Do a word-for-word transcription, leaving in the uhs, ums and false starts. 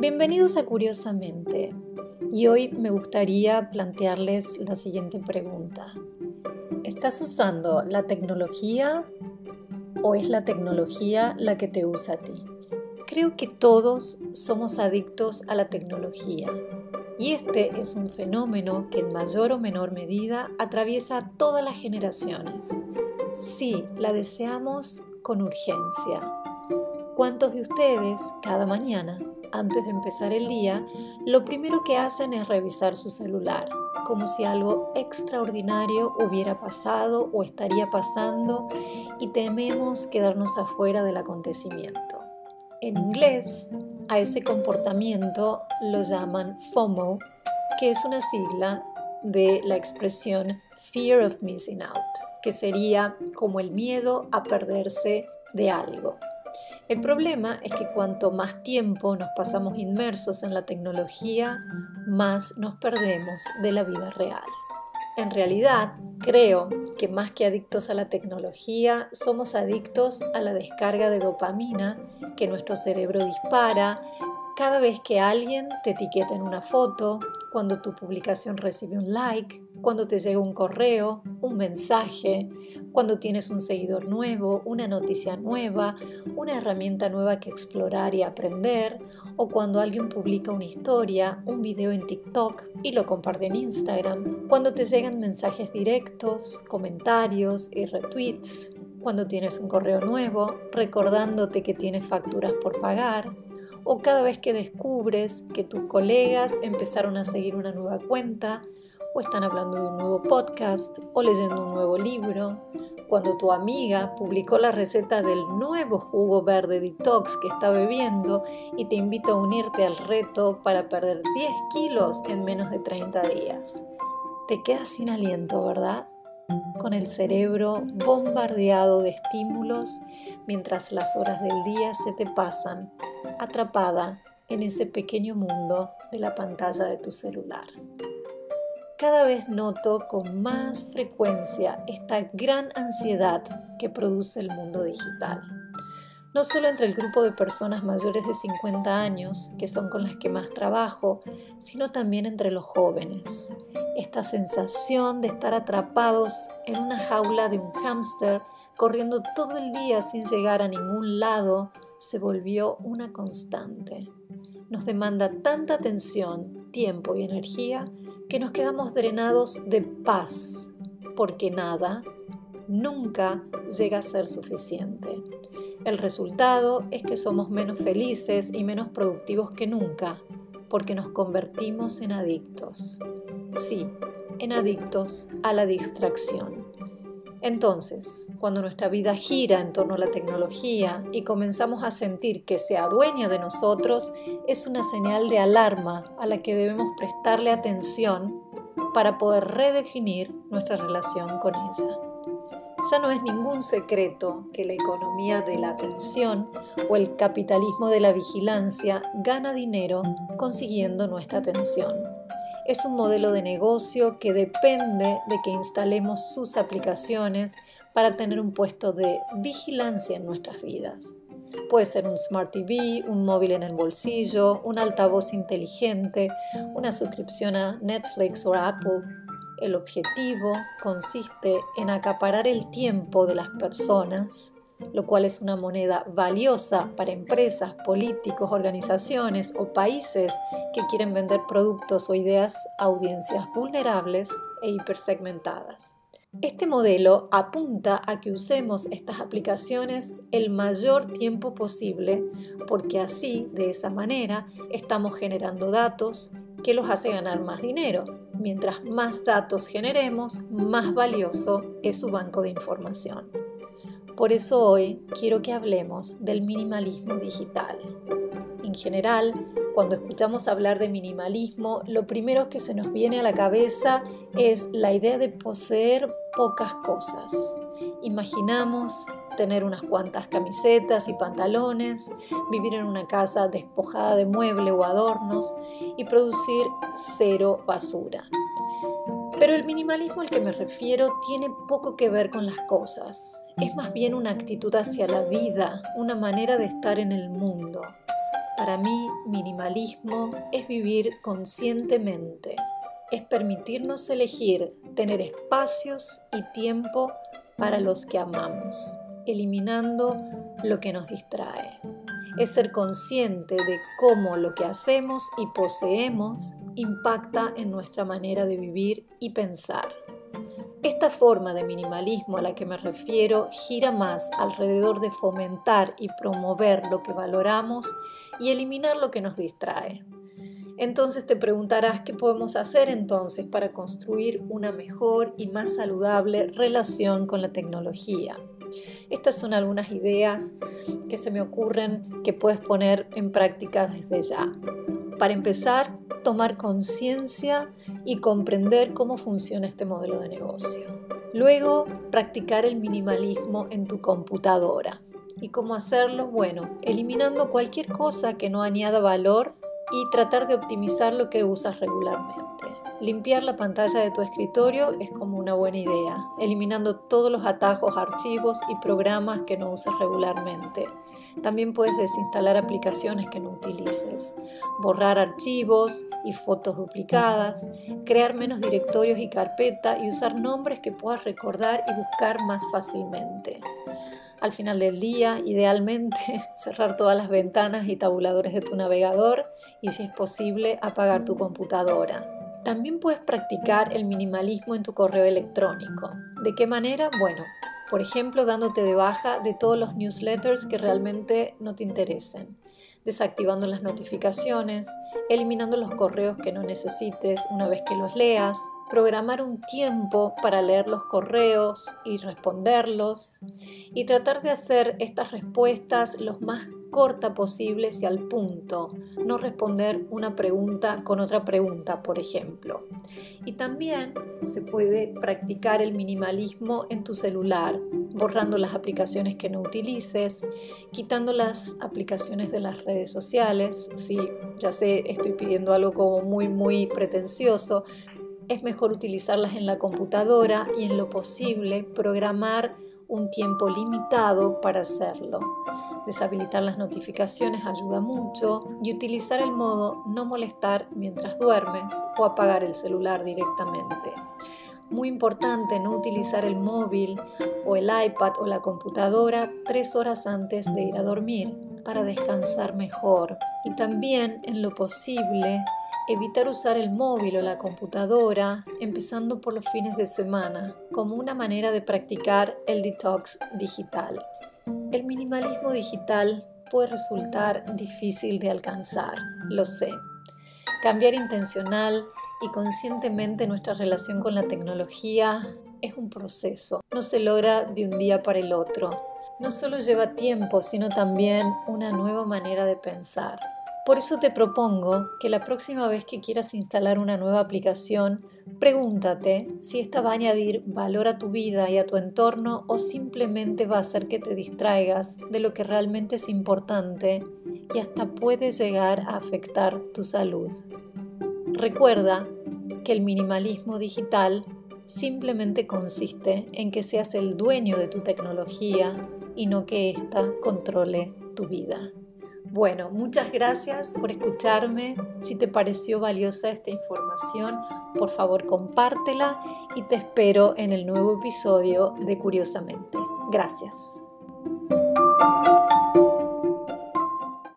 Bienvenidos a Curiosamente, y hoy me gustaría plantearles la siguiente pregunta. ¿Estás usando la tecnología o es la tecnología la que te usa a ti? Creo que todos somos adictos a la tecnología, y este es un fenómeno que en mayor o menor medida atraviesa a todas las generaciones. Sí, la deseamos con urgencia. ¿Cuántos de ustedes, cada mañana, antes de empezar el día, lo primero que hacen es revisar su celular, como si algo extraordinario hubiera pasado o estaría pasando y tememos quedarnos afuera del acontecimiento? En inglés, a ese comportamiento lo llaman FOMO, que es una sigla de la expresión Fear of Missing Out, que sería como el miedo a perderse de algo. El problema es que cuanto más tiempo nos pasamos inmersos en la tecnología, más nos perdemos de la vida real. En realidad, creo que más que adictos a la tecnología, somos adictos a la descarga de dopamina que nuestro cerebro dispara cada vez que alguien te etiqueta en una foto, cuando tu publicación recibe un like, cuando te llega un correo, un mensaje, cuando tienes un seguidor nuevo, una noticia nueva, una herramienta nueva que explorar y aprender, o cuando alguien publica una historia, un video en TikTok y lo comparte en Instagram, cuando te llegan mensajes directos, comentarios y retweets, cuando tienes un correo nuevo recordándote que tienes facturas por pagar, o cada vez que descubres que tus colegas empezaron a seguir una nueva cuenta, o están hablando de un nuevo podcast, o leyendo un nuevo libro, cuando tu amiga publicó la receta del nuevo jugo verde detox que está bebiendo y te invita a unirte al reto para perder diez kilos en menos de treinta días. Te quedas sin aliento, ¿verdad? Con el cerebro bombardeado de estímulos mientras las horas del día se te pasan, atrapada en ese pequeño mundo de la pantalla de tu celular. Cada vez noto con más frecuencia esta gran ansiedad que produce el mundo digital. No solo entre el grupo de personas mayores de cincuenta años, que son con las que más trabajo, sino también entre los jóvenes. Esta sensación de estar atrapados en una jaula de un hámster, corriendo todo el día sin llegar a ningún lado, se volvió una constante. Nos demanda tanta atención, tiempo y energía que nos quedamos drenados de paz, porque nada, nunca llega a ser suficiente. El resultado es que somos menos felices y menos productivos que nunca, porque nos convertimos en adictos. Sí, en adictos a la distracción. Entonces, cuando nuestra vida gira en torno a la tecnología y comenzamos a sentir que se adueña de nosotros, es una señal de alarma a la que debemos prestarle atención para poder redefinir nuestra relación con ella. Ya no es ningún secreto que la economía de la atención o el capitalismo de la vigilancia gana dinero consiguiendo nuestra atención. Es un modelo de negocio que depende de que instalemos sus aplicaciones para tener un puesto de vigilancia en nuestras vidas. Puede ser un Smart T V, un móvil en el bolsillo, un altavoz inteligente, una suscripción a Netflix o a Apple. El objetivo consiste en acaparar el tiempo de las personas, lo cual es una moneda valiosa para empresas, políticos, organizaciones o países que quieren vender productos o ideas a audiencias vulnerables e hipersegmentadas. Este modelo apunta a que usemos estas aplicaciones el mayor tiempo posible, porque así, de esa manera, estamos generando datos que los hace ganar más dinero. Mientras más datos generemos, más valioso es su banco de información. Por eso hoy quiero que hablemos del minimalismo digital. En general, cuando escuchamos hablar de minimalismo, lo primero que se nos viene a la cabeza es la idea de poseer pocas cosas. Imaginamos tener unas cuantas camisetas y pantalones, vivir en una casa despojada de mueble o adornos y producir cero basura. Pero el minimalismo al que me refiero tiene poco que ver con las cosas. Es más bien una actitud hacia la vida, una manera de estar en el mundo. Para mí, minimalismo es vivir conscientemente, es permitirnos elegir tener espacios y tiempo para los que amamos, eliminando lo que nos distrae. Es ser consciente de cómo lo que hacemos y poseemos impacta en nuestra manera de vivir y pensar. Esta forma de minimalismo a la que me refiero gira más alrededor de fomentar y promover lo que valoramos y eliminar lo que nos distrae. Entonces te preguntarás qué podemos hacer entonces para construir una mejor y más saludable relación con la tecnología. Estas son algunas ideas que se me ocurren que puedes poner en práctica desde ya. Para empezar, tomar conciencia y comprender cómo funciona este modelo de negocio. Luego, practicar el minimalismo en tu computadora. ¿Y cómo hacerlo? Bueno, eliminando cualquier cosa que no añada valor y tratar de optimizar lo que usas regularmente. Limpiar la pantalla de tu escritorio es como una buena idea, eliminando todos los atajos, archivos y programas que no usas regularmente. También puedes desinstalar aplicaciones que no utilices, borrar archivos y fotos duplicadas, crear menos directorios y carpetas y usar nombres que puedas recordar y buscar más fácilmente. Al final del día, idealmente, cerrar todas las ventanas y tabuladores de tu navegador y, si es posible, apagar tu computadora. También puedes practicar el minimalismo en tu correo electrónico. ¿De qué manera? Bueno, por ejemplo, dándote de baja de todos los newsletters que realmente no te interesen, desactivando las notificaciones, eliminando los correos que no necesites una vez que los leas, programar un tiempo para leer los correos y responderlos y tratar de hacer estas respuestas lo más cortas posibles y al punto, no responder una pregunta con otra pregunta, por ejemplo. Y también se puede practicar el minimalismo en tu celular, borrando las aplicaciones que no utilices, quitando las aplicaciones de las redes sociales. Sí, ya sé, estoy pidiendo algo como muy, muy pretencioso. Es mejor utilizarlas en la computadora y en lo posible programar un tiempo limitado para hacerlo. Deshabilitar las notificaciones ayuda mucho y utilizar el modo no molestar mientras duermes o apagar el celular directamente. Muy importante no utilizar el móvil o el iPad o la computadora tres horas antes de ir a dormir para descansar mejor. Y también, en lo posible, evitar usar el móvil o la computadora, empezando por los fines de semana, como una manera de practicar el detox digital. El minimalismo digital puede resultar difícil de alcanzar, lo sé. Cambiar intencional y conscientemente nuestra relación con la tecnología es un proceso. No se logra de un día para el otro. No solo lleva tiempo, sino también una nueva manera de pensar. Por eso te propongo que la próxima vez que quieras instalar una nueva aplicación, pregúntate si esta va a añadir valor a tu vida y a tu entorno o simplemente va a hacer que te distraigas de lo que realmente es importante y hasta puede llegar a afectar tu salud. Recuerda que el minimalismo digital simplemente consiste en que seas el dueño de tu tecnología y no que ésta controle tu vida. Bueno, muchas gracias por escucharme. Si te pareció valiosa esta información, por favor compártela y te espero en el nuevo episodio de Curiosamente. Gracias.